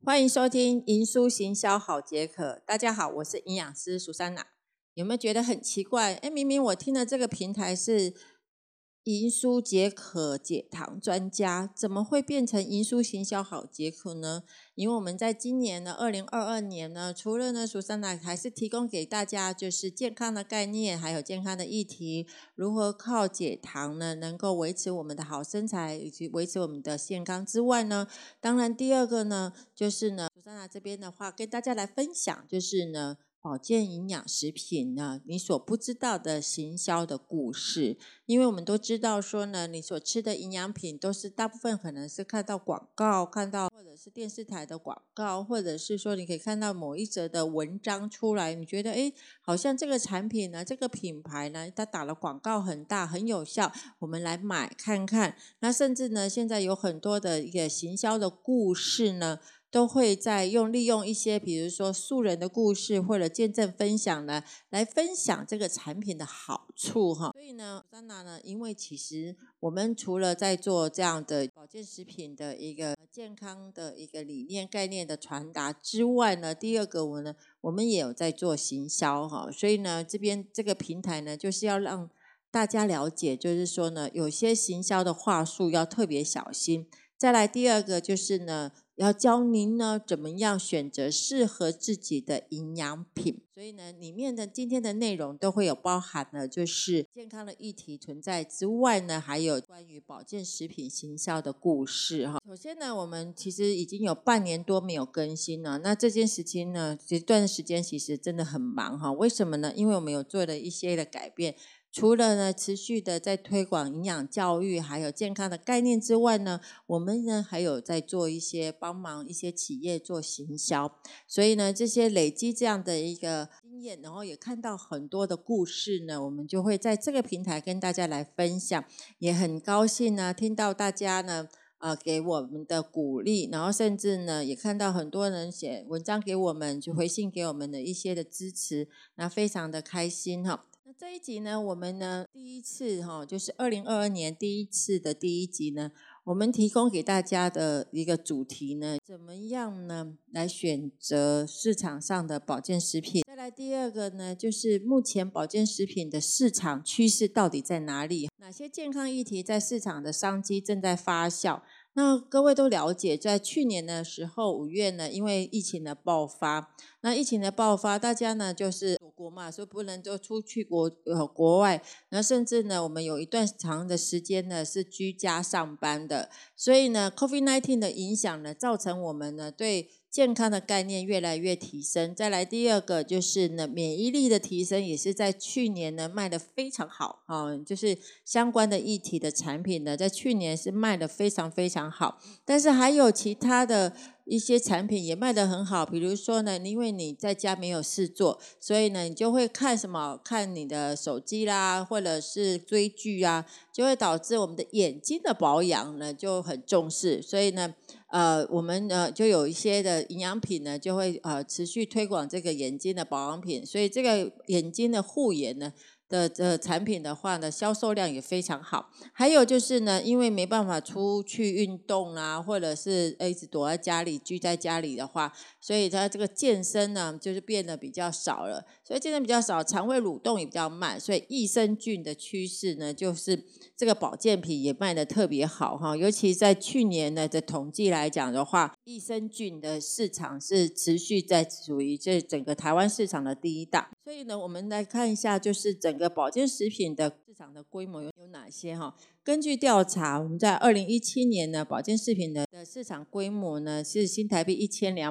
欢迎收听营书行销好解渴。大家好，我是营养师苏珊娜。有没有觉得很奇怪？明明我听的这个平台是营书解渴解糖专家，怎么会变成营书行销好解渴呢？因为我们在今年呢2022年呢，除了呢苏珊娜还是提供给大家就是健康的概念，还有健康的议题，如何靠解糖呢能够维持我们的好身材以及维持我们的健康之外呢，当然第二个呢就是呢苏珊娜这边的话跟大家来分享就是呢保健营养食品呢你所不知道的行销的故事。因为我们都知道说呢，你所吃的营养品都是大部分可能是看到广告，看到或者是电视台的广告，或者是说你可以看到某一则的文章出来，你觉得好像这个产品呢，这个品牌呢，它打了广告很大，很有效，我们来买看看。那甚至呢，现在有很多的一个行销的故事呢，都会在利用一些比如说素人的故事或者见证分享呢，来分享这个产品的好处哈。所以呢，珊娜呢，因为其实我们除了在做这样的保健食品的一个健康的一个理念概念的传达之外呢，第二个我们也有在做行销哈。所以呢，这边这个平台呢，就是要让大家了解，就是说呢，有些行销的话术要特别小心。再来第二个就是呢，要教您呢怎么样选择适合自己的营养品。所以呢，里面的今天的内容都会有包含了就是健康的议题存在之外呢，还有关于保健食品行销的故事哈。首先呢，我们其实已经有半年多没有更新了，那这件事情呢，这段时间其实真的很忙哈。为什么呢？因为我们有做了一些的改变。除了呢持续的在推广营养教育还有健康的概念之外呢，我们呢还有在做一些帮忙一些企业做行销。所以呢这些累积这样的一个经验，然后也看到很多的故事呢，我们就会在这个平台跟大家来分享。也很高兴呢听到大家呢给我们的鼓励，然后甚至呢也看到很多人写文章给我们，就回信给我们的一些的支持，那非常的开心哈。那这一集呢，我们呢第一次就是2022年第一次的第一集呢，我们提供给大家的一个主题呢，怎么样呢来选择市场上的保健食品。再来第二个呢，就是目前保健食品的市场趋势到底在哪里，哪些健康议题在市场的商机正在发酵。那各位都了解，在去年的时候5月呢，因为疫情的爆发，那疫情的爆发，大家呢就是锁国嘛，所以不能就出去国外，那甚至呢我们有一段长的时间呢是居家上班的，所以呢 COVID-19 的影响呢，造成我们呢对健康的概念越来越提升。再来第二个就是呢免疫力的提升，也是在去年呢卖得非常好就是相关的议题的产品呢，在去年是卖得非常非常好。但是还有其他的一些产品也卖得很好，比如说呢，因为你在家没有事做，所以呢你就会看什么，看你的手机啦，或者是追剧啊，就会导致我们的眼睛的保养呢就很重视。所以呢我们就有一些的营养品呢就会持续推广这个眼睛的保养品，所以这个眼睛的护眼呢的产品的话呢，销售量也非常好。还有就是呢，因为没办法出去运动啊，或者是一直躲在家里居在家里的话，所以它这个健身呢就是变得比较少了。所以健身比较少，肠胃蠕动也比较慢，所以益生菌的趋势呢，就是这个保健品也卖得特别好哈。尤其在去年的统计来讲的话，益生菌的市场是持续在属于这整个台湾市场的第一大。所以呢，我们来看一下，就是整个保健食品的市场的规模有哪些哈。根据调查，我们在2017年呢，保健食品的市场规模呢是新台币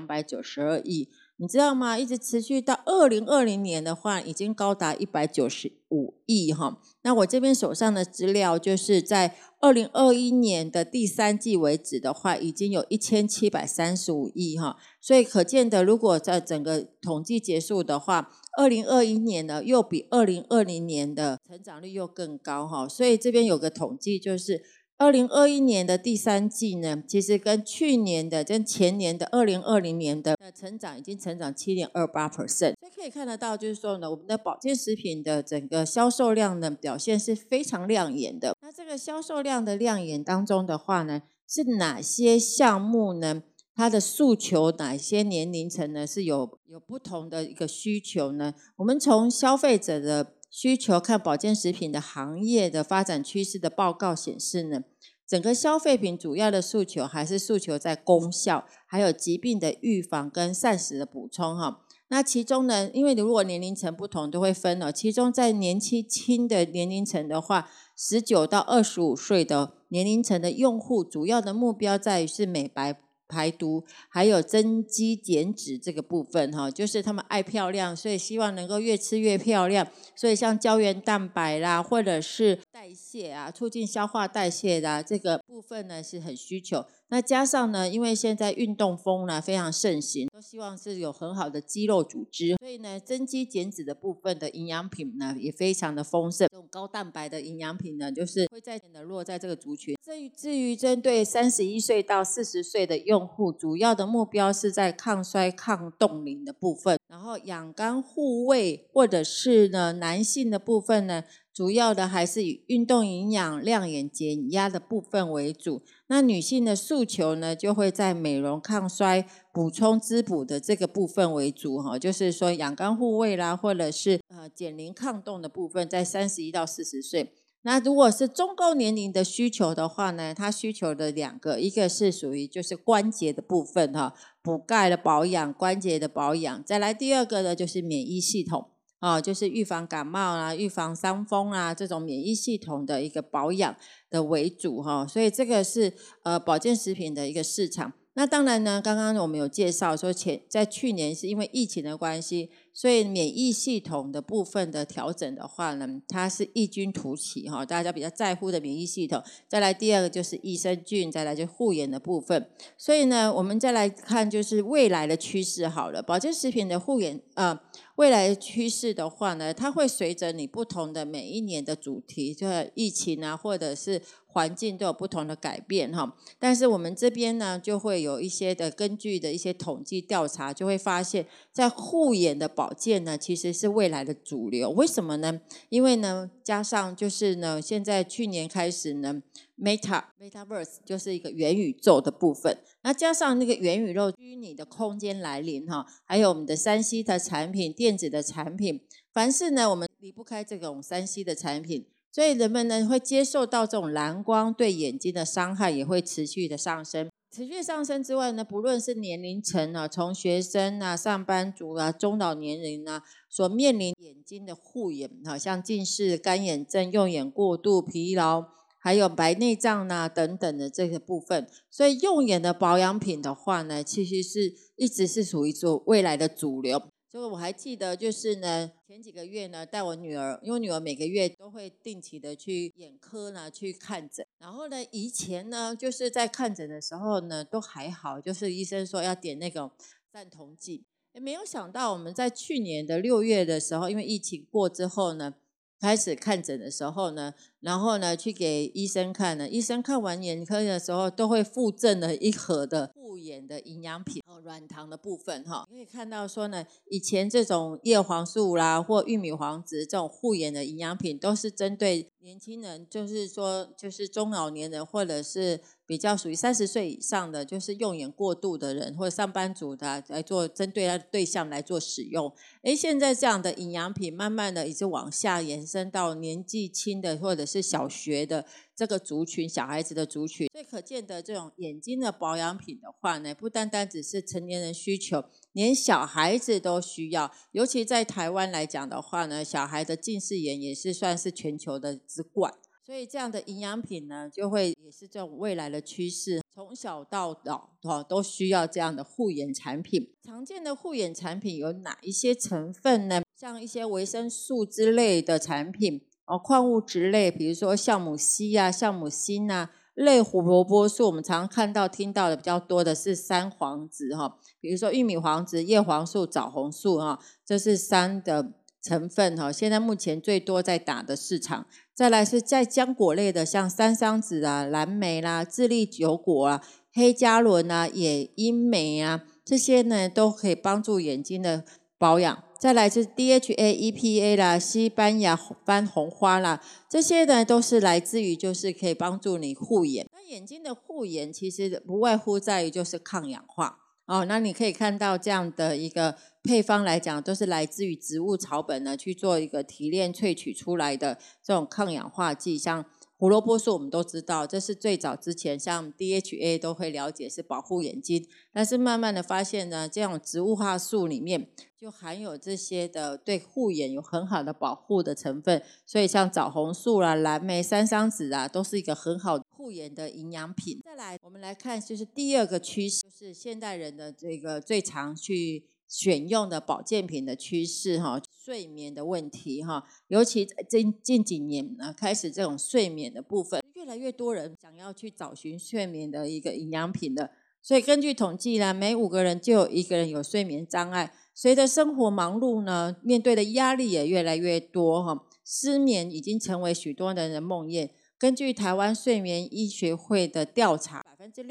1292亿。你知道吗？一直持续到2020年的话，已经高达195亿哈。那我这边手上的资料，就是在2021年的第3季为止的话，已经有1735亿哈。所以可见的，如果在整个统计结束的话，2021年呢又比2020年的成长率又更高哈。所以这边有个统计，就是2021年的第3季呢，其实跟去年的跟前年的2020年的成长已经成长7.28%， 所以可以看得到，就是说呢，我们的保健食品的整个销售量的表现是非常亮眼的。那这个销售量的亮眼当中的话呢，是哪些项目呢？ 它的诉求哪些年龄层呢是有不同的一个需求呢？我们从消费者的需求看保健食品的行业的发展趋势的报告显示呢，整个消费品主要的诉求还是诉求在功效，还有疾病的预防跟膳食的补充哈。那其中呢，因为如果年龄层不同都会分哦，其中在年轻的年龄层的话，19到25岁的年龄层的用户，主要的目标在于是美白排毒，还有增肌减脂这个部分哈，就是他们爱漂亮，所以希望能够越吃越漂亮，所以像胶原蛋白啦，或者是代谢啊，促进消化代谢啦，这个部分呢是很需求。那加上呢，因为现在运动风呢非常盛行，都希望是有很好的肌肉组织，所以呢增肌减脂的部分的营养品呢也非常的丰盛。这种高蛋白的营养品呢，就是会在落在这个族群。至于针对31岁到40岁的用户，主要的目标是在抗衰抗冻龄的部分，然后养肝护胃或者是呢男性的部分呢，主要的还是以运动营养、亮眼减压的部分为主。那女性的诉求呢，就会在美容抗衰、补充滋补的这个部分为主哈，就是说养肝护胃啦，或者是减龄抗冻的部分，在31到40岁。那如果是中高年龄的需求的话呢，它需求的两个，一个是属于就是关节的部分哈，补钙的保养、关节的保养，再来第二个呢就是免疫系统。就是预防感冒啊、预防伤风啊这种免疫系统的一个保养的为主哈，所以这个是保健食品的一个市场。那当然呢，刚刚我们有介绍说在去年是因为疫情的关系，所以免疫系统的部分的调整的话呢，它是异军突起哈，大家比较在乎的免疫系统。再来第二个就是益生菌，再来就护眼的部分。所以呢，我们再来看就是未来的趋势好了，保健食品的护眼未来的趋势的话呢，它会随着你不同的每一年的主题，就是疫情啊，或者是环境都有不同的改变哈。但是我们这边呢，就会有一些的根据的一些统计调查，就会发现，在护眼的保健呢，其实是未来的主流。为什么呢？因为呢，加上就是呢，现在去年开始呢，Metaverse 就是一个元宇宙的部分，那加上那个元宇宙虚拟的空间来临哈，还有我们的3C 的产品、电子的产品，凡是呢我们离不开这种3C 的产品，所以人们呢会接受到这种蓝光对眼睛的伤害也会持续的上升。持续上升之外呢，不论是年龄层啊，从学生啊、上班族啊、中老年人啊，所面临眼睛的护眼像近视、干眼症、用眼过度、疲劳，还有白内障啊等等的这个部分，所以用眼的保养品的话呢，其实是一直是属于未来的主流。所以我还记得就是呢，前几个月呢，带我女儿，因为我女儿每个月都会定期的去眼科呢去看诊，然后呢，以前呢就是在看诊的时候呢都还好，就是医生说要点那种散瞳剂，没有想到我们在去年的6月的时候，因为疫情过之后呢，开始看诊的时候呢，然后呢去给医生看呢，医生看完眼科的时候都会附赠了一盒的护眼的营养品软糖的部分哈，可以看到说呢，以前这种叶黄素啦或玉米黄质这种护眼的营养品都是针对年轻人，就是说就是中老年人或者是比较属于30岁以上的，就是用眼过度的人或者上班族的来做针对他的对象来做使用。现在这样的营养品慢慢的一直往下延伸到年纪轻的或者是小学的这个族群，小孩子的族群，所以可见的这种眼睛的保养品的话呢，不单单只是成年人需求，连小孩子都需要。尤其在台湾来讲的话呢，小孩的近视眼也是算是全球的之冠。所以这样的营养品呢，就会也是这种未来的趋势，从小到老都需要这样的护眼产品。常见的护眼产品有哪一些成分呢？像一些维生素之类的产品矿物质类，比如说酵母硒啊、酵母锌啊，类胡萝卜素，我们常看到听到的比较多的是3黄质比如说玉米黄质、叶黄素、枣红素这是3的成分现在目前最多在打的市场。再来是在浆果类的，像山桑子啊、蓝莓啦、智利酒果啊、黑加仑啊、野樱梅啊，这些呢都可以帮助眼睛的保养。再来是 DHA、EPA 啦、西班牙番红花啦，这些呢都是来自于就是可以帮助你护眼。那眼睛的护眼其实不外乎在于就是抗氧化哦。那你可以看到这样的一个配方来讲，都是来自于植物草本呢去做一个提炼萃取出来的这种抗氧化剂，像胡萝卜素我们都知道，这是最早之前像 DHA 都会了解是保护眼睛，但是慢慢的发现呢，这种植物化素里面就含有这些的对护眼有很好的保护的成分，所以像枣红素啦、蓝莓、山桑子啊，都是一个很好护眼的营养品。再来，我们来看就是第二个趋势，就是现代人的这个最常去选用的保健品的趋势哈，睡眠的问题哈，尤其近几年呢，开始这种睡眠的部分，越来越多人想要去找寻睡眠的一个营养品的。所以根据统计呢，每5个人就有1个人有睡眠障碍。随着生活忙碌呢，面对的压力也越来越多哈，失眠已经成为许多人的梦魇。根据台湾睡眠医学会的调查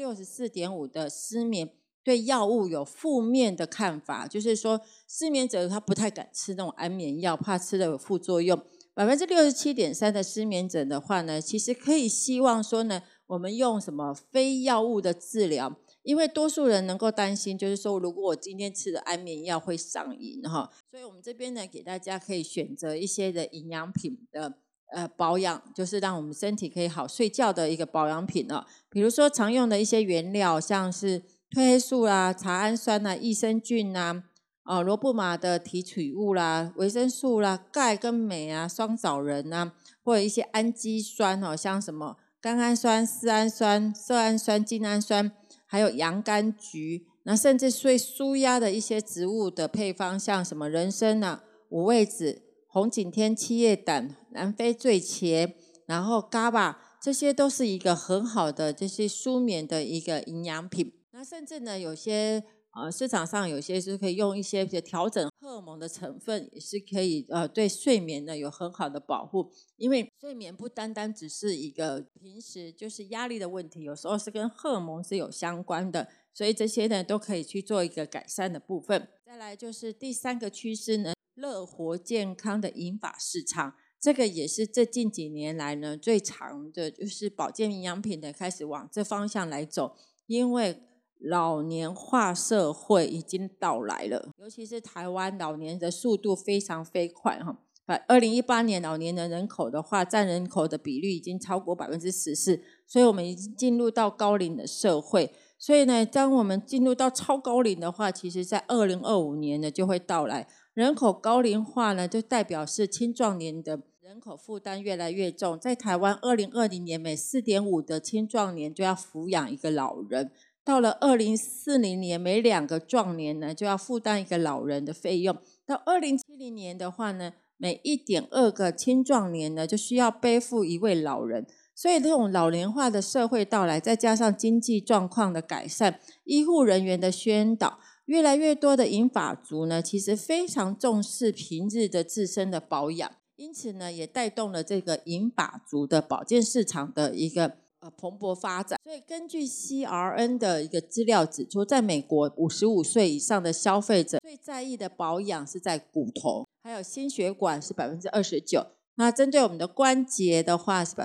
，64.5%的失眠对药物有负面的看法，就是说失眠者他不太敢吃那种安眠药，怕吃了有副作用。67.3%的失眠者的话呢，其实可以希望说呢，我们用什么非药物的治疗，因为多数人能够担心，就是说如果我今天吃的安眠药会上瘾哈，所以我们这边呢给大家可以选择一些的营养品的保养，就是让我们身体可以好睡觉的一个保养品哦。比如说常用的一些原料，像是褪黑素啦、茶氨酸啦、益生菌啦、罗布玛的提取物啦、维生素啦、钙跟镁啊、双藻仁啊，或者一些氨基酸哦，像什么甘氨酸、丝氨酸、色氨酸、精氨酸，还有洋甘菊，那甚至对舒压的一些植物的配方，像什么人参啊、五味子、红景天、七叶胆、南非醉茄，然后 GABA， 这些都是一个很好的这些舒眠的一个营养品。那甚至呢，有些市场上有些是可以用一些调整荷尔蒙的成分，也是可以对睡眠呢有很好的保护。因为睡眠不单单只是一个平时就是压力的问题，有时候是跟荷尔蒙是有相关的，所以这些呢都可以去做一个改善的部分。再来就是第3个趋势呢，乐活健康的银发市场，这个也是这近几年来呢最常的就是保健营养品的开始往这方向来走，因为老年化社会已经到来了，尤其是台湾老年的速度非常飞快哈。2018年老年的人口的话，占人口的比率已经超过14%，所以我们已经进入到高龄的社会。所以呢，当我们进入到超高龄的话，其实在2025年呢就会到来。人口高龄化呢，就代表是青壮年的人口负担越来越重。在台湾2020年，每 4.5 的青壮年就要抚养一个老人。到了2040年，每2个壮年呢就要负担一个老人的费用。到2070年的话呢，每 1.2 个青壮年呢就需要背负一位老人。所以这种老龄化的社会到来，再加上经济状况的改善，医护人员的宣导，越来越多的银发族呢其实非常重视平日的自身的保养，因此呢也带动了这个银发族的保健市场的一个蓬勃发展。所以根据 CRN 的一个资料指出，在美国55岁以上的消费者最在意的保养是在骨头，还有心血管是 29%， 那针对我们的关节的话是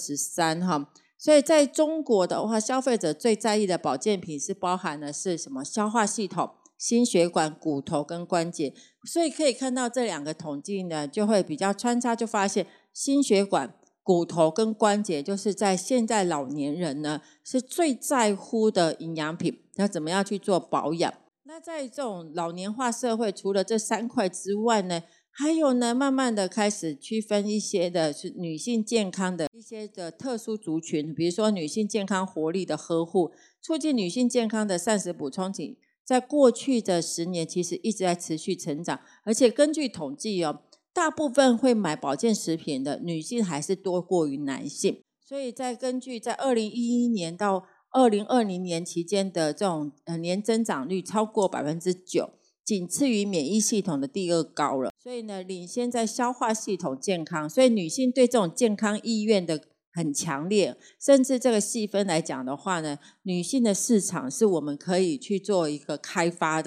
23% 哈。所以在中国的话，消费者最在意的保健品是包含的是什么？消化系统、心血管、骨头跟关节。所以可以看到这2个统计呢，就会比较穿插，就发现心血管、骨头跟关节就是在现在老年人呢是最在乎的营养品，要怎么样去做保养。那在这种老年化社会，除了这3块之外呢，还有呢慢慢的开始区分一些的是女性健康的一些的特殊族群，比如说女性健康活力的呵护，促进女性健康的膳食补充品，在过去的10年其实一直在持续成长。而且根据统计大部分会买保健食品的女性还是多过于男性。所以根据在2011年到2020年期间的这种年增长率超过 9%， 仅次于免疫系统的第2高了。所以呢，领先在消化系统健康，所以女性对这种健康意愿的很强烈。甚至这个细分来讲的话呢，女性的市场是我们可以去做一个开发的。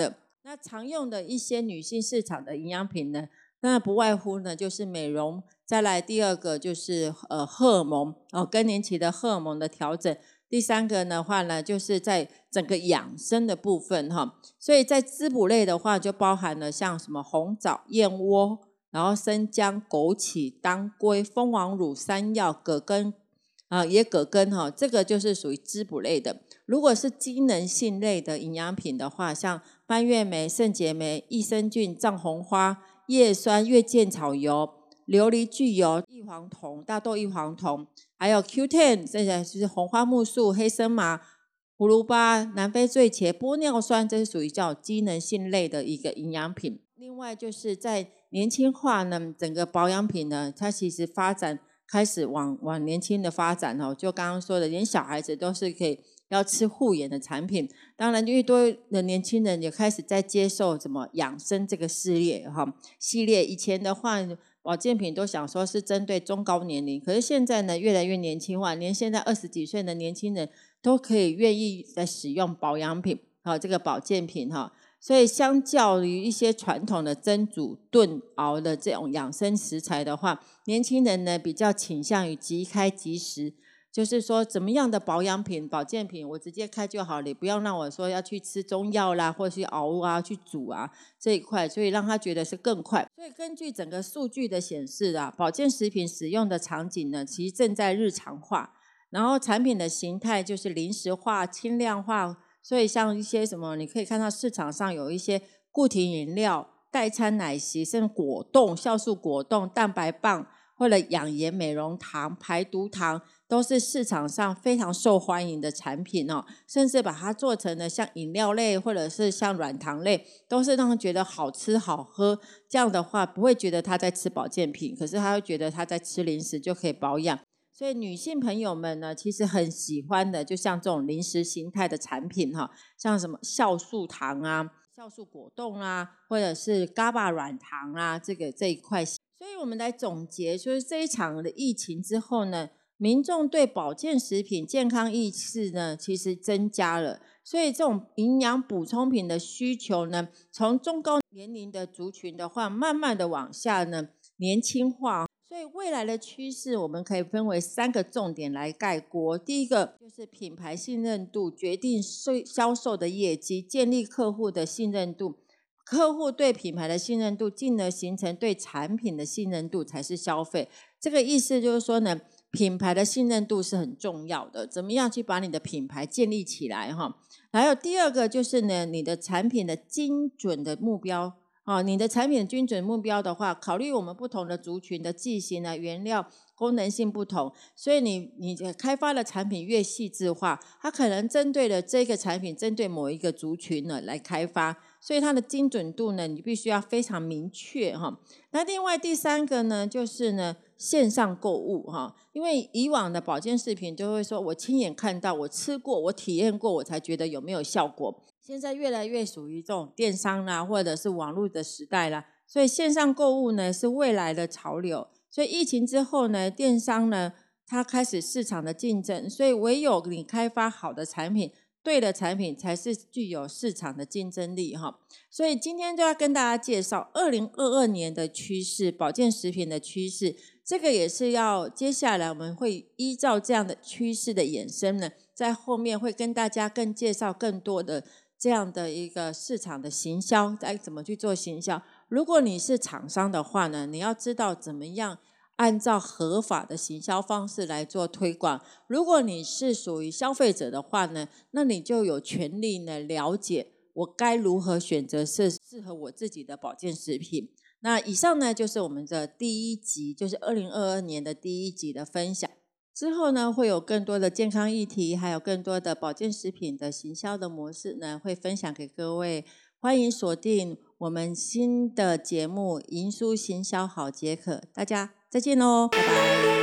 那常用的一些女性市场的营养品呢，当然不外乎呢就是美容，再来第二个就是荷尔蒙更年期的荷尔蒙的调整，第三个的话呢就是在整个养生的部分所以在滋补类的话就包含了像什么红枣、燕窝，然后生姜、枸杞、当归、蜂王乳、山药、葛根野葛根这个就是属于滋补类的。如果是机能性类的营养品的话，像蔓越莓、圣结莓、益生菌、藏红花、叶酸、月见草油、琉璃聚油、异黄酮、大豆异黄酮，还有 Q10， 这些就是红花木素、黑森麻、葫芦巴、南非醉茄、玻尿酸，这是属于叫机能性类的一个营养品。另外就是在年轻化呢，整个保养品呢，它其实发展开始往年轻的发展就刚刚说的，连小孩子都是可以要吃护眼的产品。当然越多的年轻人也开始在接受怎么养生这个系列。以前的话保健品都想说是针对中高年龄，可是现在呢越来越年轻化，连现在20几岁的年轻人都可以愿意在使用保养品这个保健品所以相较于一些传统的蒸煮炖熬的这种养生食材的话，年轻人呢比较倾向于即开即食，就是说怎么样的保养品保健品我直接开就好了，你不要让我说要去吃中药啦，或者去熬去煮这一块，所以让他觉得是更快。所以根据整个数据的显示保健食品使用的场景呢其实正在日常化，然后产品的形态就是零食化、轻量化。所以像一些什么你可以看到市场上有一些固体饮料、代餐奶昔，甚至果冻、酵素果冻、蛋白棒，或者养颜美容糖、排毒糖，都是市场上非常受欢迎的产品甚至把它做成了像饮料类或者是像软糖类，都是让人觉得好吃好喝，这样的话不会觉得他在吃保健品，可是他会觉得他在吃零食就可以保养。所以女性朋友们呢其实很喜欢的就像这种零食形态的产品像什么酵素糖酵素果冻或者是 GABA 软糖这一块。所以我们来总结，就是这一场的疫情之后呢，民众对保健食品健康意识呢其实增加了，所以这种营养补充品的需求呢，从中高年龄的族群的话慢慢的往下呢年轻化。所以未来的趋势我们可以分为3个重点来概括。第一个就是品牌信任度决定销售的业绩，建立客户的信任度，客户对品牌的信任度进而形成对产品的信任度才是消费。这个意思就是说呢，品牌的信任度是很重要的，怎么样去把你的品牌建立起来还有第二个就是呢，你的产品的精准的目标你的产品精准目标的话，考虑我们不同的族群的剂型原料功能性不同，所以你开发的产品越细致化，它可能针对了这个产品针对某一个族群呢来开发，所以它的精准度呢你必须要非常明确那另外第3个呢就是呢线上购物因为以往的保健食品就会说我亲眼看到，我吃过，我体验过，我才觉得有没有效果。现在越来越属于这种电商或者是网络的时代啦，所以线上购物呢是未来的潮流。所以疫情之后呢，电商呢它开始市场的竞争，所以唯有你开发好的产品，对的产品才是具有市场的竞争力所以今天就要跟大家介绍2022年的趋势，保健食品的趋势。这个也是要接下来我们会依照这样的趋势的衍生呢，在后面会跟大家更介绍更多的这样的一个市场的行销，怎么去做行销。如果你是厂商的话呢，你要知道怎么样按照合法的行销方式来做推广。如果你是属于消费者的话呢，那你就有权利呢了解我该如何选择适合我自己的保健食品。那以上呢就是我们的第1集，就是2022年的第1集的分享。之后呢会有更多的健康议题，还有更多的保健食品的行销的模式呢会分享给各位。欢迎锁定我们新的节目《营书行销好解渴》，大家再见咯，拜拜。